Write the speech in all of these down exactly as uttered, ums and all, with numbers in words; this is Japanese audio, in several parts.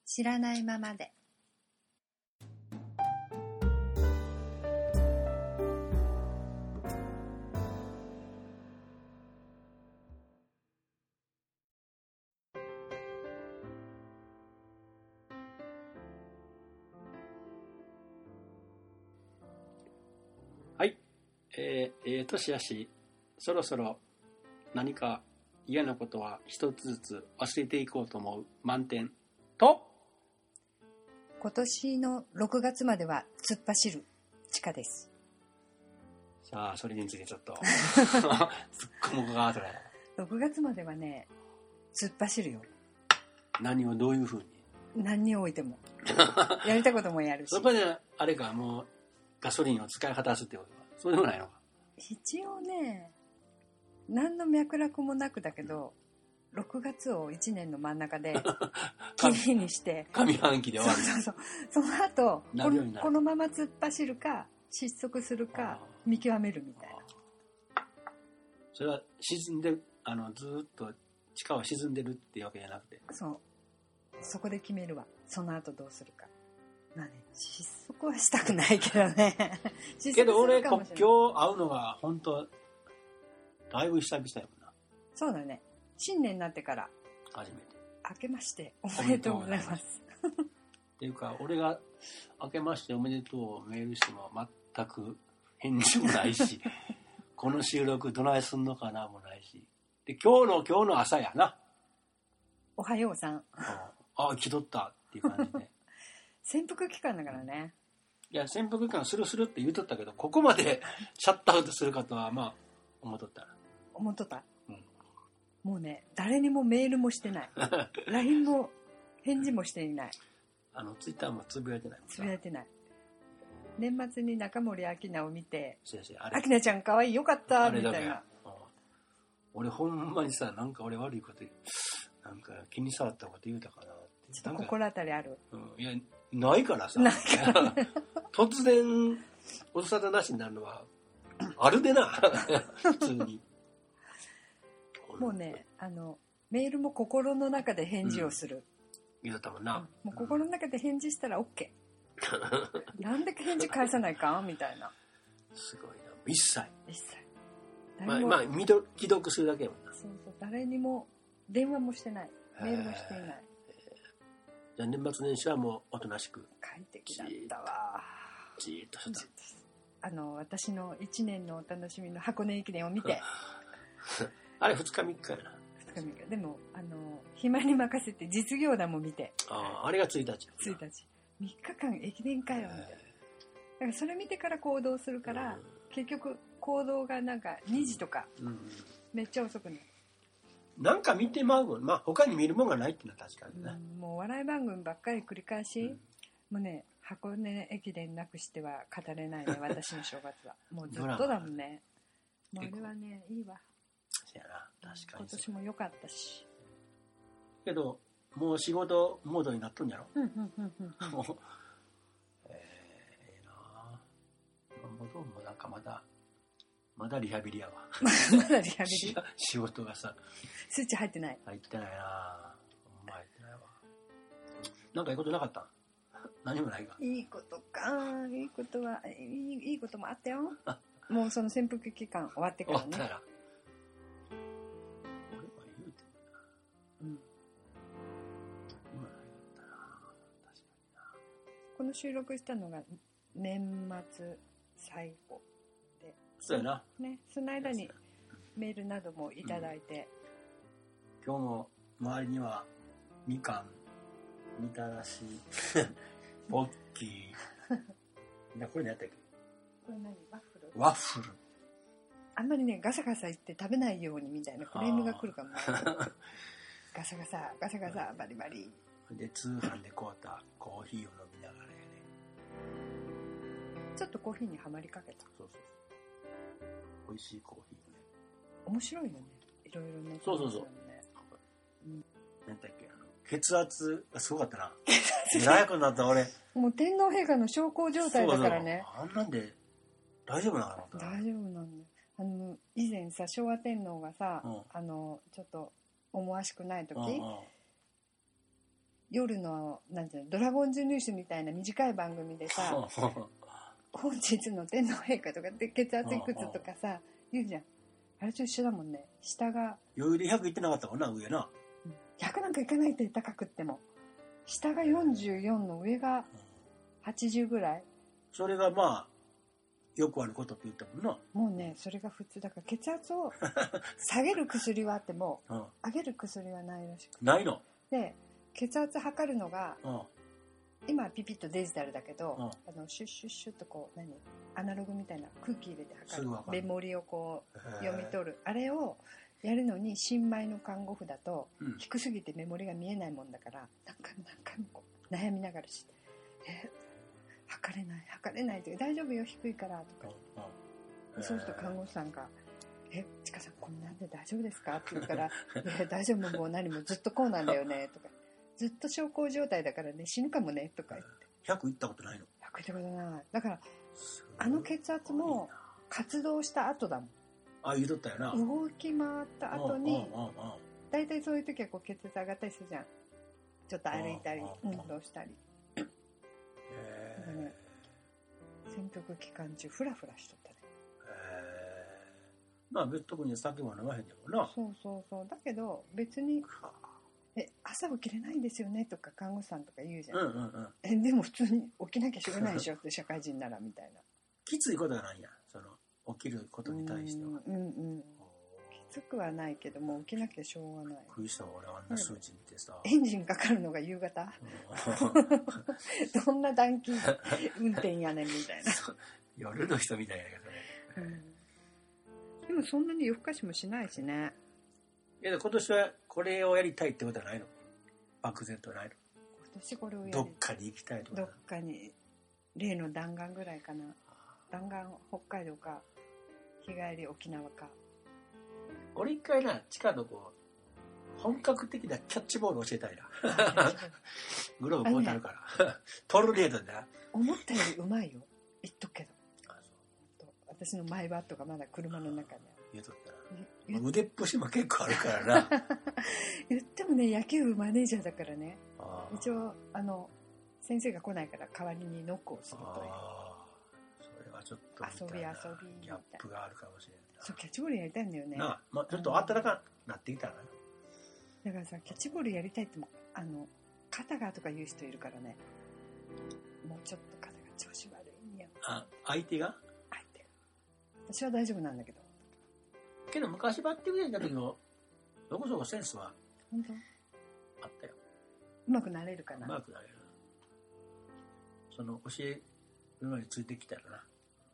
知らないままで。 はい、えー、えー、年やし、そろそろ何か嫌なことは一つずつ忘れていこうと思う満点と、 今年のろくがつまでは突っ走る地下です。 さあ、それについてちょっと突っ込むか、それ。 ろくがつまではね、突っ走るよ。 何をどういうふうに、 何においてもやりたこともやるし。 そこであれか、もうガソリンを使い果たすってことか、そういうのないのか。 一応ね、何の脈絡もなくだけど、ろくがつをいちねんの真ん中で記念にして上半期で終わる。 そうそうそう。その後なるようになる。 このまま突っ走るか失速するか見極めるみたいな。 それは沈んで、あのずっと地下は沈んでるっていうわけじゃなくて、 そうそこで決めるわ。その後どうするか。まあね、失速はしたくないけどねけど俺国境会うのが本当だいぶ久々やもんな。 そうだね、新年になってから初めて。 明けましておめでとうございますっていうか、俺が明けましておめでとうをメールしても全く返事もないしこの収録どないすんのかなもないし、で今日の今日の朝やな、 おはようさんああ気取ったっていう感じで潜伏期間だからね。 いや潜伏期間するするって言うとったけど、ここまでシャットアウトするかとはまあ思っとったら思っとった、 うん、 もうね、誰にもメールもしてないライン も返事もしていない、 あのツイッターもつぶやいてないもんな。 つぶやいてない。年末に中森明菜を見て、 そうそう、あれ明菜ちゃん可愛いよかったみたいな。 俺ほんまにさ、なんか俺悪いことなんか気に障ったこと言うたかなって。 ちょっと心当たりある？ うん、いやないからさ突然お沙汰なしになるのはあるでな普通にもうね、あのメールも心の中で返事をする、うん、 言うたもんな、 うん、もう心の中で返事したら OK なんで返事返さないかみたいな。 すごいな。一切一切まあ、まあ、既読するだけやもんな。 そうそう、誰にも電話もしてない、メールもしていない。 じゃあ年末年始はもうおとなしく快適だったわ。 じーっとした。 あの私のいちねんのお楽しみの箱根駅伝を見てあれふつかみっかやな。 ふつかみっかでもあの暇に任せて実業団も見て、 ああ、あれがついたちついたちみっかかん駅伝かよみたいな。だからそれ見てから行動するから、結局行動がなんかにじとか、うん、めっちゃ遅くなる。 なんか見てまうもん。まあ他に見るもんがないっていうのは確かにね、 うん、もう笑い番組ばっかり繰り返し、うん、もうね、箱根駅伝なくしては語れないね私の正月は。もうずっとだもんね。もうあれはね、いいわ。 そうやな、確かに。 今年も良かったし。 けどもう仕事モードになっとんやろ。 うんうんうんうんうん。 もうえー、ええなあ。もうどうもなんかまだまだリハビリやわ。 まだリハビリ？ 仕事がさ。 スイッチ入ってない。 入ってないな。ほんま入ってないわ。なんかいいことなかった？何もないか。 いいことか。いいことはいい、いいこともあったよ。もうその潜伏期間終わってからね。 終わったら。俺は言うてもな。うん。今ないかったな。確かにな。 この収録したのが年末最後。 そうやな、 ね、その間にメールなどもいただいて、 うん、今日も周りにはみかん、みたらしポッキーな、これ何やったっけ。 これ何？ワッフル？ ワッフル。 あんまりねガサガサ言って食べないようにみたいなクレームが来るかもガサガサガサガサバリバリで通販で買うたコーヒーを飲みながらやね。 ちょっとコーヒーにはまりかけた。 そうそうそう、美味しいコーヒーね。 面白いよね、いろいろね。 そうそうそう、うん、なんだっけ、あの血圧がすごかったな。早くなった俺。 もう天皇陛下の小康状態だからね。 そうそう、あんなんで大丈夫なの？ 大丈夫なんだよ。あの以前さ、昭和天皇がさ、うん、あのちょっと思わしくない時、うんうん、 夜のなんていうのドラゴンズニュースみたいな短い番組でさ本日の天皇陛下とかで血圧いくつとかさ言うじゃん。あれと一緒だもんね。下が余裕でひゃくいってなかったもんな上な。 ひゃくなんかいかないって高くっても下がよんじゅうよんの上がはちじゅうぐらい。 それがまあよくあることって言ったもんな。 もうねそれが普通だから血圧を下げる薬はあっても、うん、上げる薬はないらしくて。 ないの？ で血圧測るのが、うん、今はピピッとデジタルだけど、うん、あのシュッシュッシュッとこう何アナログみたいな空気入れて測るメモリをこう読み取るあれをやるのに新米の看護婦だと、うん、低すぎてメモリが見えないもんだから何回も何回もこう悩みながらしてえ測れない測れないって大丈夫よ低いからとか、うん、そうすると看護師さんがえちかさんこんなんで大丈夫ですかって言うからいや大丈夫もう何もずっとこうなんだよねとかずっと小康状態だからね死ぬかもねとか言ってひゃくいったことないの？ ひゃくいったことないだからあの血圧も活動した後だもん。 あ言うとったよな。 動き回った後にだいたいそういう時はこう血圧上がったりするじゃん。ちょっと歩いたり運動したりへね、潜伏期間中フラフラしとったね。 へまあ特に酒も飲まへんでもな。 そうそうそうだけど別にえ朝起きれないんですよねとか看護師さんとか言うじゃん、うんうんうん、えでも普通に起きなきゃしょうがないでしょって社会人ならみたいなきついことはないやその起きることに対してはうんうん、うん、 きつくはないけども起きなきゃしょうがない。 びっくりした俺あんな数値見てさ、 うん、エンジンかかるのが夕方どんな短期運転やねんみたいな夜の人みたいだけどね、 うん、でもそんなに夜更かしもしないしね。 いや今年はこれをやりたいってことはないの？漠然とないの？ 今年これをやりどっかに行きたいとかどっかに例の弾丸ぐらいかな。弾丸北海道か日帰り沖縄か。 俺一回な地下のこう本格的なキャッチボール教えたいなグローブこうなるから、ね、トルネードでな思ったよりうまいよ言っとくけど。あそう私のマイバットがまだ車の中に言うとったら腕っぷしも結構あるからな言ってもね野球部マネージャーだからね。一応あの先生が来ないから代わりにノックをするという。 それはちょっと遊び遊びギャップがあるかもしれない。 そうキャッチボールやりたいんだよね。 なあ、まあ、ちょっと暖かくなってきたらな。 だからさキャッチボールやりたいってもあの肩がとか言う人いるからね。もうちょっと肩が調子悪いんや。 あ相手が相手が私は大丈夫なんだけど。 けど昔バッティングやった時もそこそこセンスは本当あったよ。 うまくなれるかな。 うまくなれる。その教えるのについてきたらな。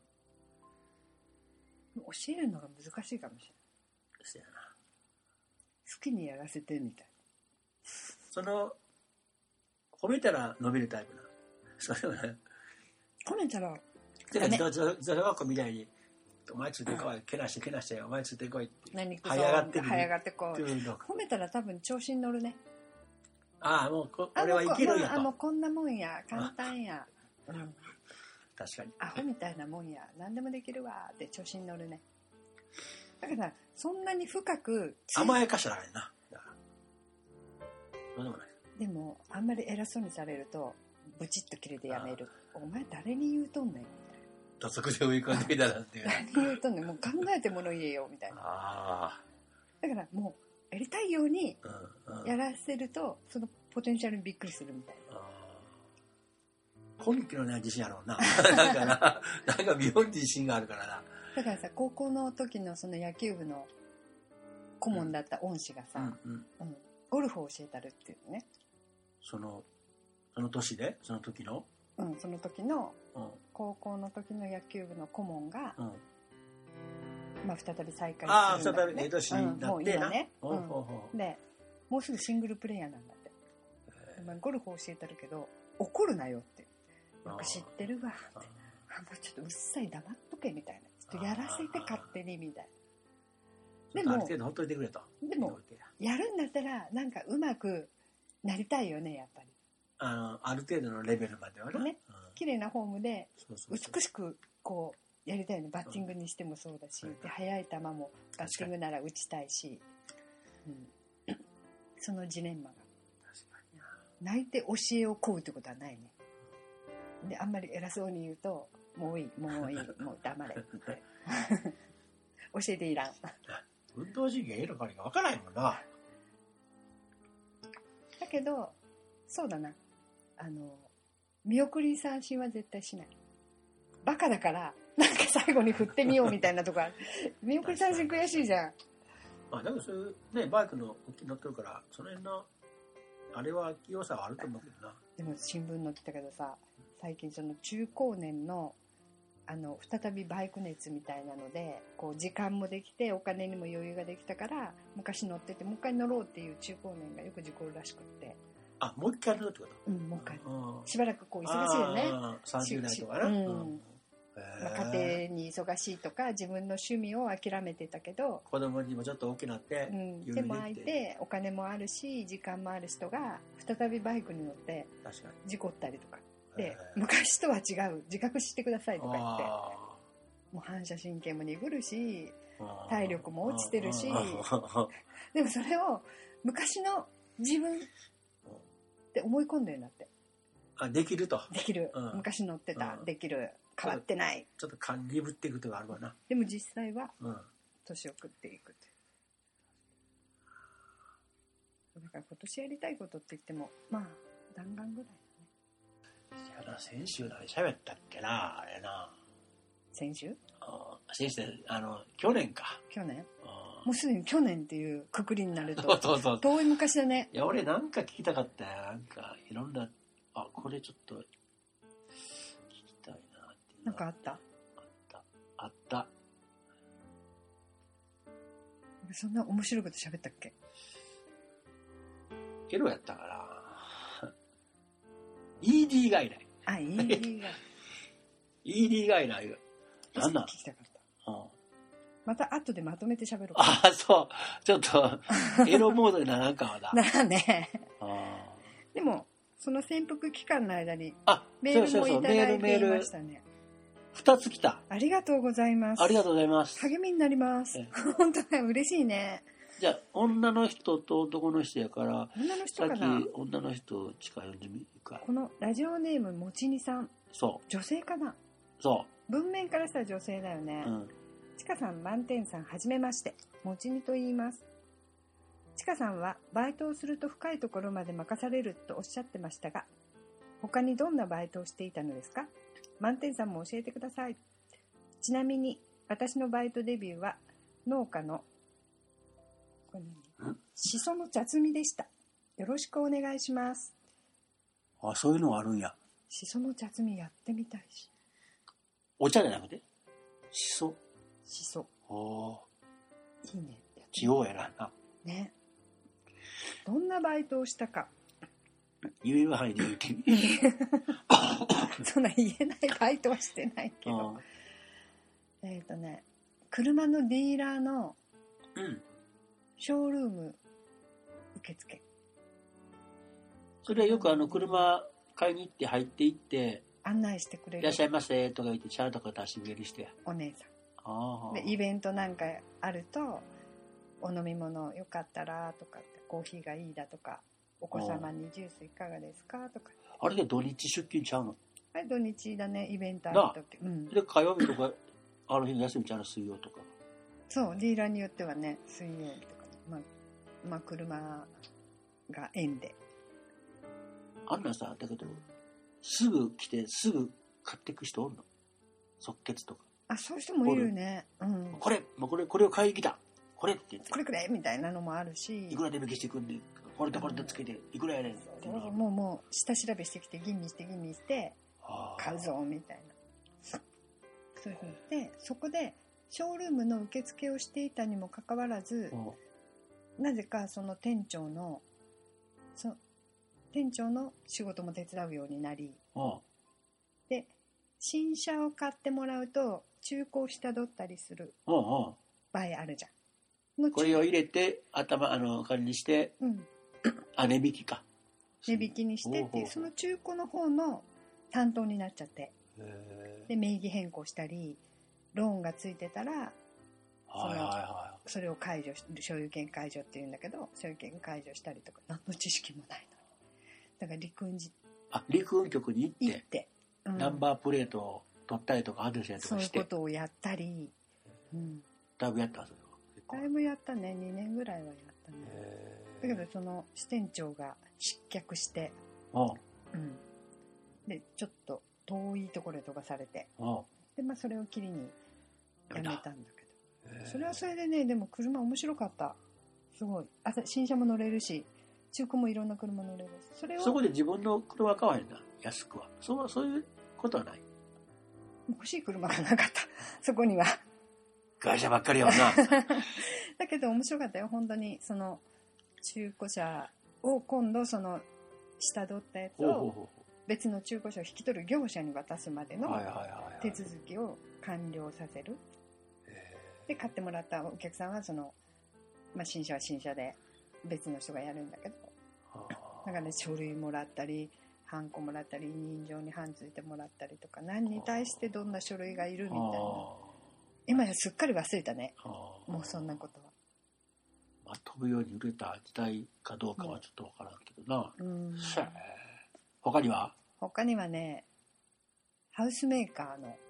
教えるのが難しいかもしれない。 そうやな。 好きにやらせてみたい。 その褒めたら伸びるタイプな。それはね。 褒めたら。 てか自動学校みたいに。お前ついてこい、けなしてけなして、お前ついてこいって。 何早がってる。 早がってこい。褒めたら多分調子に乗るね。 ああ、もうこ、俺はいけるんやと。 あ、もうこんなもんや、簡単や。うん、 確かに。 アホみたいなもんや、何でもできるわって調子に乗るね。だからそんなに深く甘やかしゃらないな。だからそうでもない。 でもあんまり偉そうにされるとブチッと切れてやめる。お前誰に言うとんねん。 土足で追い込んでみたらっていう。 何言うとんねん、もう考えてもの言えよみたいな。あだからもうやりたいようにやらせるとそのポテンシャルにびっくりするみたいな。 根拠のない自信あるもんな。だからなんか妙に自信があるからな。 だからさ高校の時のその野球部の顧問だった恩師がさ、うんうんうん、ゴルフを教えたるっていうのね。 そのその年でその時の。 うん、その時の、うん、高校の時の野球部の顧問が、うんまあ、再び再開するんだって、ね、 ああ再びええ年になってな、うん、もう今ね、 うん、でもうすぐシングルプレイヤーなんだって。まあ、ゴルフを教えてるけど怒るなよってよく知ってるわってあもうちょっとうっさい黙っとけみたいなちょっとやらせて勝手にみたいな。でもある程度ほっといてくれと。 でもやるんだったらなんかうまくなりたいよねやっぱり。 あのある程度のレベルまではね、 うん、綺麗なフォームで美しくこうやりたいね。バッティングにしてもそうだし、うん、で速い球もバッティングなら打ちたいし、うん、そのジレンマが確かに泣いて教えを請うってことはないね。であんまり偉そうに言うともういいもういいもう黙れみたいな教えていらん。 運動神経ええのかにか分からないもんな。 だけどそうだな、あの見送り三振は絶対しない。バカだからなんか最後に振ってみようみたいなとこある。見送り三振悔しいじゃん。 まあだけどそういうねバイクの乗ってるからその辺のあれは器用さはあると思うけどな。 でも新聞載ってたけどさ、最近その中高年のあの再びバイク熱みたいなのでこう時間もできてお金にも余裕ができたから昔乗っててもう一回乗ろうっていう中高年がよく事故るらしくって。 あ、もう一回乗るってこと？ うん、もう一回しばらくこう忙しいよね。 さんじゅう代とかな、 うん、まあ、家庭に忙しいとか自分の趣味を諦めてたけど子供にもちょっと大きくなって、 うん、手も空いてお金もあるし時間もある人が再びバイクに乗って事故ったりとかで昔とは違う自覚してくださいとか言ってもう反射神経も鈍るし体力も落ちてるしでもそれを昔の自分って思い込んでるんだって。 あ、できるとできる、うん、昔乗ってた、うん、できる変わってないちょっと勘鈍っていくとかあるわな。 でも実際は年を食っていくって、うん、だから今年やりたいことって言ってもまあ弾丸ぐらいだね。いやな、先週何喋ったっけなあれな。 先週？ あ先週あの去年か。 去年？もうすでに去年っていうくくりになるとそうそうそう遠い昔だね。 いや俺なんか聞きたかったよ。なんかいろんなあこれちょっと聞きたいなっていう。 なんかあった？ あったあった。 そんな面白いこと喋ったっけ？ エロやったから イーディー 外来。 あ イーディー 外来イーディー 外来なんなん？ 聞きたかった。 うん。 また後でまとめて喋ろうか。 ああそうちょっとエロモードにならんかはだ。 ならね。 あでもその潜伏期間の間にあメールもいただいていましたね。 ふたつ来た。 ありがとうございます。 ありがとうございます。 励みになります。本当ね嬉しいね。 じゃあ女の人と男の人やから女の人かな。 さっき女の人近いんでみるか。 このラジオネームもちにさん。 そう女性かな。 そう文面からしたら女性だよね。うん。ちかさん、満点さん、はじめまして。もちにと言います。ちかさんはバイトをすると深いところまで任されるとおっしゃってましたが、他にどんなバイトをしていたのですか？満点さんも教えてください。ちなみに私のバイトデビューは農家のこれ何？しその茶摘みでした。よろしくお願いします。 あ、そういうのがあるんや。 しその茶摘みやってみたいし。 お茶じゃなくてしそ。 しそ。 おいいね。 地方やな。 ね。どんなバイトをしたか。 言える範囲で言うてみ。 そんな言えないバイトはしてないけど。えっとね、車のディーラーのショールーム受付。 それはよくあの車買いに行って入っていって案内してくれる。 いらっしゃいませとか言ってチャーとか出してくれる人や。 お姉さん。 あでイベントなんかあるとお飲み物よかったらとかってコーヒーがいいだとかお子様にジュースいかがですかとか。 あれで土日出勤ちゃうの？ あれ土日だね、イベントある時、うん、で火曜日とかあの日休みちゃうの水曜とか。 そうディーラーによってはね水曜日とか、まあ、まあ車が縁であんなさだけどすぐ来てすぐ買ってく人おるの？即決とか。 あ、そういう人もいるね。うん、 これ、もうこれ、これを買いに来た。これって言って。 これくれみたいなのもあるし。 いくらで引きしてくんで、これとこれとつけて、いくらやねん。 そうそうもうもう下調べしてきて吟味して吟味して買うぞみたいな。そういうふうにでそこでショールームの受付をしていたにもかかわらず、なぜかその店長のそ店長の仕事も手伝うようになり、で新車を買ってもらうと中古を下取ったりする場合あるじゃん。 のこれを入れて頭あの仮にして、うん、あ値引きか値引きにしてっていうその中古の方の担当になっちゃって、で名義変更したりローンがついてたらその、はいはいはい、それを解除所有権解除っていうんだけど所有権解除したりとか何の知識もないのにだから陸運自あ陸運局に行って行って、 うん、ナンバープレートを取ったりとかアドレスやとかしてそういうことをやったり、うん、 だいぶやったんですよ。 だいぶやったね。にねんぐらいはやったね。だけどその支店長が失脚して、うん、でちょっと遠いところへ飛ばされて、で、まあ、それを機にやめたんだけど、それはそれでね、でも車面白かった。すごい。あ、新車も乗れるし、中古もいろんな車乗れるし、それをそこで自分の車買わへんな、安くは。そう、そういうことはない。 欲しい車がなかった、そこには。 会社ばっかりやな。 だけど面白かったよ、本当に。その中古車を今度その下取ったやつを別の中古車を引き取る業者に渡すまでの手続きを完了させる。で買ってもらったお客さんはその、まあ、新車は新車で別の人がやるんだけど、だからね、書類もらったりハンコもらったり人情に判ついてもらったりとか、何に対してどんな書類がいるみたいな、今やすっかり忘れたね、もうそんなことは。 まあ、飛ぶように売れた時代かどうかはちょっとわからんけどな、うん、他には他にはね、ハウスメーカーの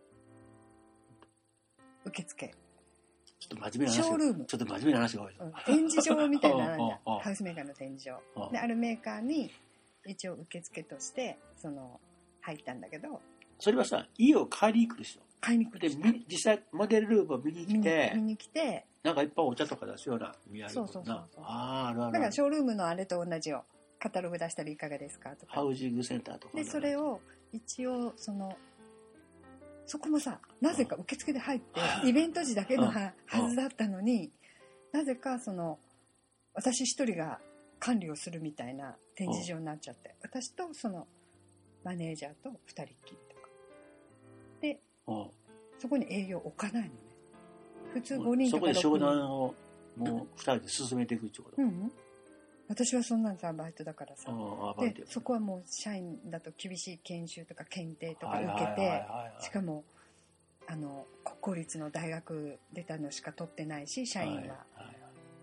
受付、 ちょっと真面目な話、 ショールーム、 ちょっと真面目な話が多い、 うん、展示場みたいなのあるんだハウスメーカーの展示場で、あるメーカーに一応受付としてその入ったんだけど、 それはさ、家を買いに来る人、 買いに来る人で実際モデルルームを見に来て見に来て、 なんかいっぱいお茶とか出すような見合いそうそうそうそう、 ああ、あるある。 だからショールームのあれと同じよ、カタログ出したらいかがですかとか、 ハウジングセンターとかで、それを一応そのそこもさ、なぜか受付で入ってイベント時だけのはずだったのに、なぜかその私一人が管理をするみたいな展示場になっちゃって、私とそのマネージャーと二人っきりとかで、そこに営業置かないのね。普通ごにんとかろくにん、 そこで商談をもう二人で進めていくってこと、 うん、私はそんなんさ、バイトだからさ、でそこはもう社員だと厳しい研修とか検定とか受けて、しかもあの国公立の大学出たのしか取ってないし、社員は、はいはいはい、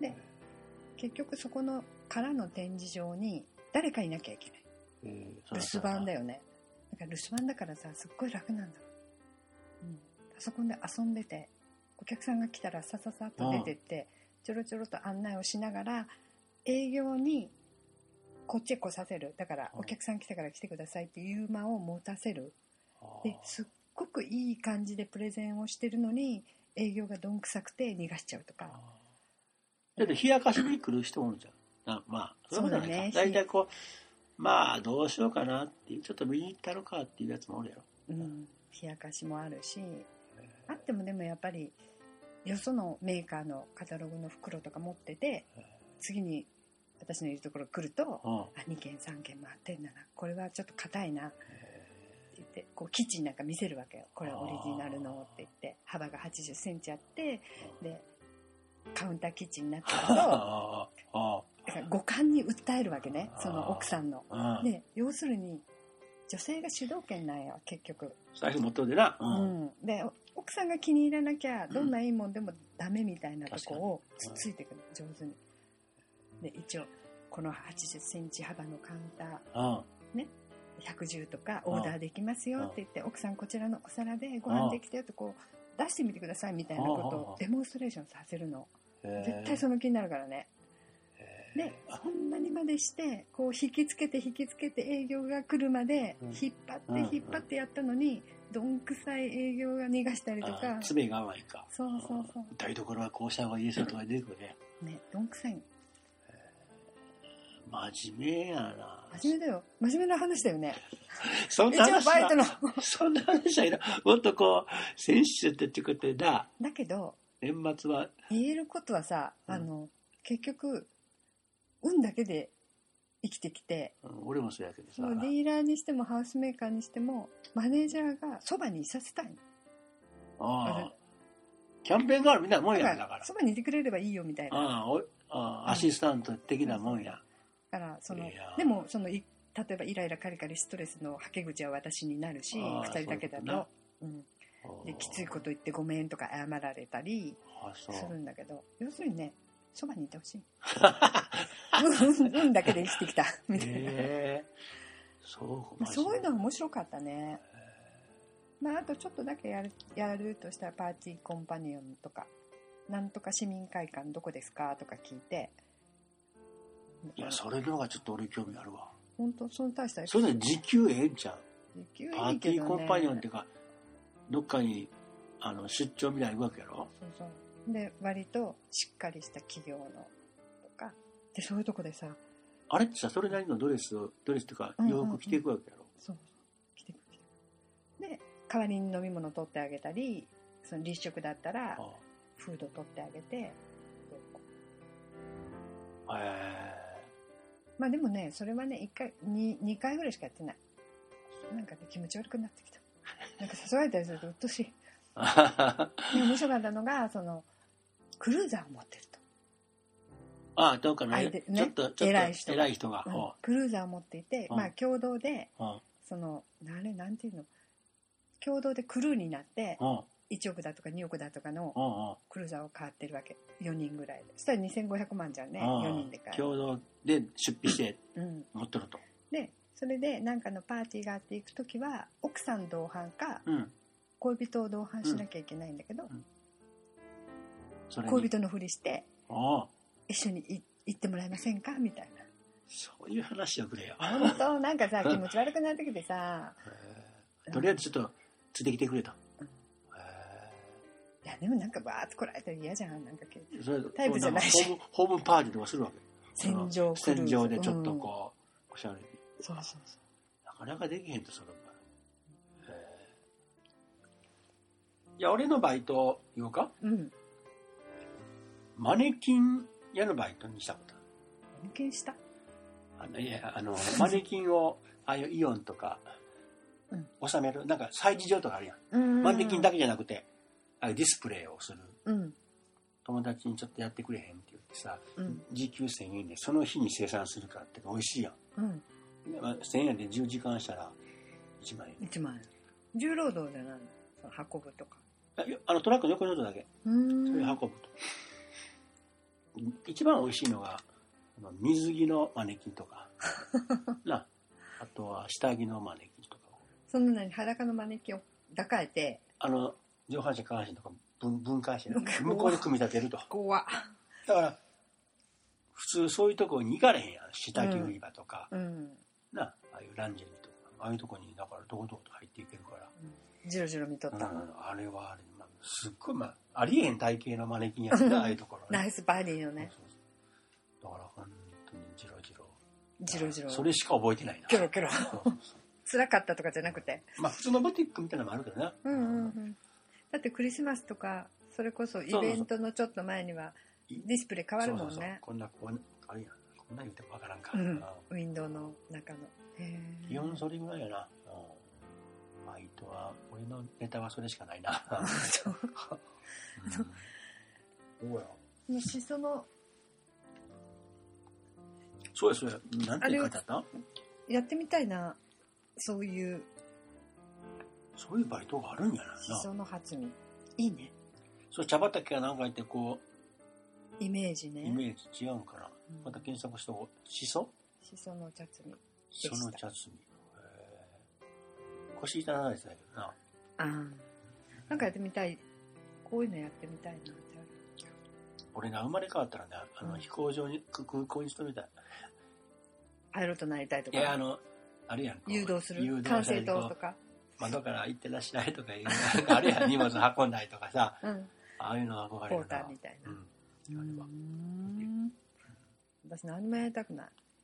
で結局そこのからの展示場に誰かいなきゃいけない、えー、留守番だよね。だから留守番だからさ、すっごい楽なんだ、うん、パソコンで遊んでて、お客さんが来たらさささっと出てって、ちょろちょろと案内をしながら営業にこっちへ来させる。だからお客さん来たから来てくださいっていう間を持たせる。ですっごくいい感じでプレゼンをしてるのに営業がどんくさくて逃がしちゃうとか。 だって冷やかしに来る人もいるじゃん。まあそうだね。だいたいこう、まあどうしようかなっていう、ちょっと見に行ったのかっていうやつもおるやろ。 うん、冷やかしもあるし、あってもでもやっぱりよそのメーカーのカタログの袋とか持ってて、次に私のいるところ来ると、あ、にけんさんけん回ってんだな、これはちょっと硬いなって言って、こうキッチンなんか見せるわけよ。これオリジナルのって言って、幅がはちじゅっセンチあって、でカウンターキッチンになってると、だから五感に訴えるわけね、その奥さんの。で、要するに女性が主導権なんや結局。 最初持っとるでな、 うん、で奥さんが気に入らなきゃどんないいもんでもダメみたいなとこをつっついてくる、上手に。で一応このはちじゅっセンチ幅のカウンター、ね、ひゃくじゅうとかオーダーできますよって言って、奥さんこちらのお皿でご飯できたよとこう出してみてくださいみたいなことをデモンストレーションさせるの。絶対その気になるからね。でそんなにまでしてこう引きつけて引きつけて営業が来るまで引っ張って引っ張ってやったのに、どんくさい営業が逃がしたりとか、 爪が甘いか、 そうそうそう、 台所はこうした方がいいですよとか出てくるね。 ね、どんくさい。 真面目やな。 真面目だよ。真面目な話だよね。 そんな話バイトのそんな話はいらもっとこう選手ってってくってだ。 だけど年末は言えることはさ、あの、うん、結局運だけで生きてきて、 うん、俺もそうやけどさ、 ディーラーにしてもハウスメーカーにしてもマネージャーがそばにいさせたい。 ああ、キャンペーンガールみたいなもんやんだから。 そばにいてくれればいいよみたいな。 ああ、おああ、アシスタント的なもんや。 だからそのでもその例えばイライラカリカリストレスのはけ口は私になるし、ふたりだけだと、うん、できついこと言ってごめんとか謝られたりするんだけど、要するにね、 そばにいてほしい。うん、うんだけで生きてきたみたいな。えー、そうそういうのが面白かったね。まあ、あとちょっとだけやる、やるとしたらパーティーコンパニオンとか、なんとか市民会館どこですかとか聞いて。 いや、それの方がちょっと俺興味あるわ。 本当、その大したそれで時給ええんちゃう。 時給いいけどね。 パーティーコンパニオンっていうか、どっかにあの出張みたいな行くわけやろ。 そうそう。で、割としっかりした企業のとか、で、そういうとこでさ、 あれってさ、それなりのドレスを、ドレスとか洋服着ていくわけやろ。 うんうんうん、そうそう。着ていく着ていく。で、代わりに飲み物取ってあげたり、その立食だったら、ああフード取ってあげて、へえ。まあでもね、それはね、いっかい、に、にかいぐらいしかやってない。なんかね、気持ち悪くなってきた。なんか誘われたりするとうっとしい。で面白かったのが、その、クルーザーを持ってると。 ああ、どうかね。ねちょっと、ちょっと偉い人が。偉い人が、 うん、クルーザーを持っていて、うん、まあ共同で、うん、その、あれ、なんていうの、共同でクルーになって、うんいちおくだとかにおくだとかのクルーザーを買ってるわけ。よにんぐらいで。そしたらにせんごひゃくまんじゃんね。よにんで買う。 共同で出費して持ってると。 うん、で、それで何かのパーティーがあって行くときは、奥さん同伴か、うん、恋人を同伴しなきゃいけないんだけど、うんうん、恋人のふりして、一緒に行ってもらえませんかみたいな。 そういう話をくれよ。 本当なんかさ、気持ち悪くなってきてさ。 とりあえずちょっと、ついてきてくれと。 いやでもなんかバーッと来られたら嫌じゃん。なんかタイプじゃないし。 ホーム、ホームパーティーとかするわけ。 戦場クルーズ。 戦場でちょっとこう、おしゃれに。 そうそうそう。 なかなかできへんと、それは。いや、俺のバイト、言おうか？うん。マネキン屋のバイトにしたことある。 マネキンした？ あの、いや、あの、マネキンを、ああいうイオンとか、うん、収める、なんか催事場とかあるやん。うんうんうん、マネキンだけじゃなくて、あディスプレイをする、うん、友達にちょっとやってくれへんって言ってさ、うん、時給せんえんでその日に生産するからって美味しいやん、うんまあ、せんえんでじゅうじかんしたらいちまんえん。 いちまんえん。重労働で何その運ぶとか。 ああのトラックの横に乗るだけ。それ運ぶと。一番美味しいのが水着のマネキンとかな、あとは下着のマネキンとか。 そんなに裸のマネキンを抱えてあの上半身下半身とか 分, 分解して向こうで組み立てると。 怖っ。 だから普通そういうとこに行かれへんやん。下着売り場とか、うん、なああいうランジェリーとかああいうとこにだから堂々と入っていけるから、 うん、ジロジロ見とった、うん、 あれはあれ、まあ、すっごい、まあ、ありえへん体型のマネキンやつがああいうところ、 ね、ナイスバディよね。 そうそうそう。だから本当にジロジロジロジロそれしか覚えてないな。 キョロキョロ辛かったとかじゃなくて、 まあ普通のブティックみたいなのもあるけどな、うんうんうん、 だってクリスマスとかそれこそイベントのちょっと前にはディスプレイ変わるもんね。そうそうそう、こんなこんあれやこんな言ってもわからんか、うん、 ウィンドウの中の気温それぐらいやな。バイトは俺のネタはそれしかないなそう、うん、どうやしそのそうやそうやなんて書いてあった？ やってみたいな。そういうそういうバイトがあるんやな。 しその発明いいね。 そう茶畑がなんか言ってこうイメージね。 イメージ違うんかな、うん、また検索してしそしその茶摘みしその茶摘み腰痛ないですねけどな。ああなんかやってみたい。こういうのやってみたいなってある。 俺が生まれ変わったらねあの、うん、飛行場に空港に勤めたい。 パイロットになりたいとか。 いやあのあれやん誘導する管制塔とか窓から行ってらっしゃいとかいうあれやん荷物運んだりとかさ、うん、ああいうの憧れるな。 ポーターみたいな、うん、あれはうん私何もやりたくない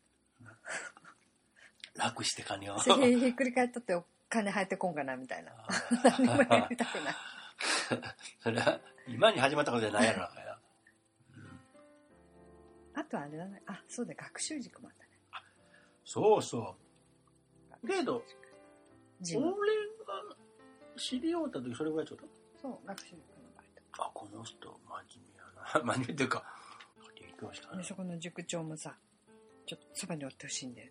楽して金をひっくり返っとってお金入ってこんかなみたいな何もやりたくないそれは今に始まったことじゃないやろな、 うん、あとはあれだね。あそうだ学習塾もあったね。あそうそうけど俺が知り合った時それぐらいちょっとそう学習塾のバイト。 あこの人真面目やな真面目っていうか家庭教師かな。 でそこの塾長もさちょっとそばにおってほしいんだよね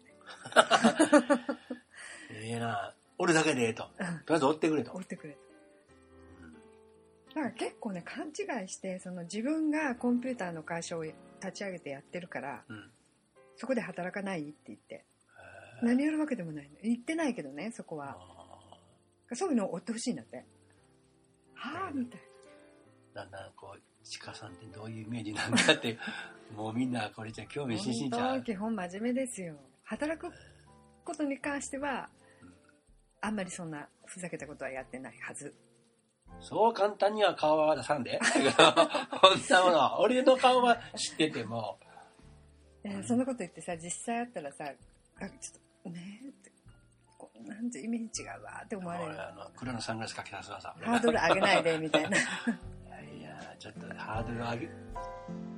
ええな俺だけでええと、うん、とりあえず追ってくれと追ってくれと、 だから結構ね勘違いしてその自分がコンピューターの会社を立ち上げてやってるから、うん、そこで働かないって言って何やるわけでもないの言ってないけどねそこはそういうのを追ってほしいんだってはあみたいなだんだんこうちかさんってどういうイメージなんだってもうみんなこれじゃ興味津々じゃん基本真面目ですよ働くことに関しては、うん、あんまりそんなふざけたことはやってないはずそう簡単には顔は出さんでこんなもの俺の顔は知ってても、 えー、そんなこと言ってさ実際あったらさあちょっとねーってこんなんじゃイメージ違うわって思われるあの黒のサングラスかけたらさハードル上げないでみたいないやいやちょっとハードル上げ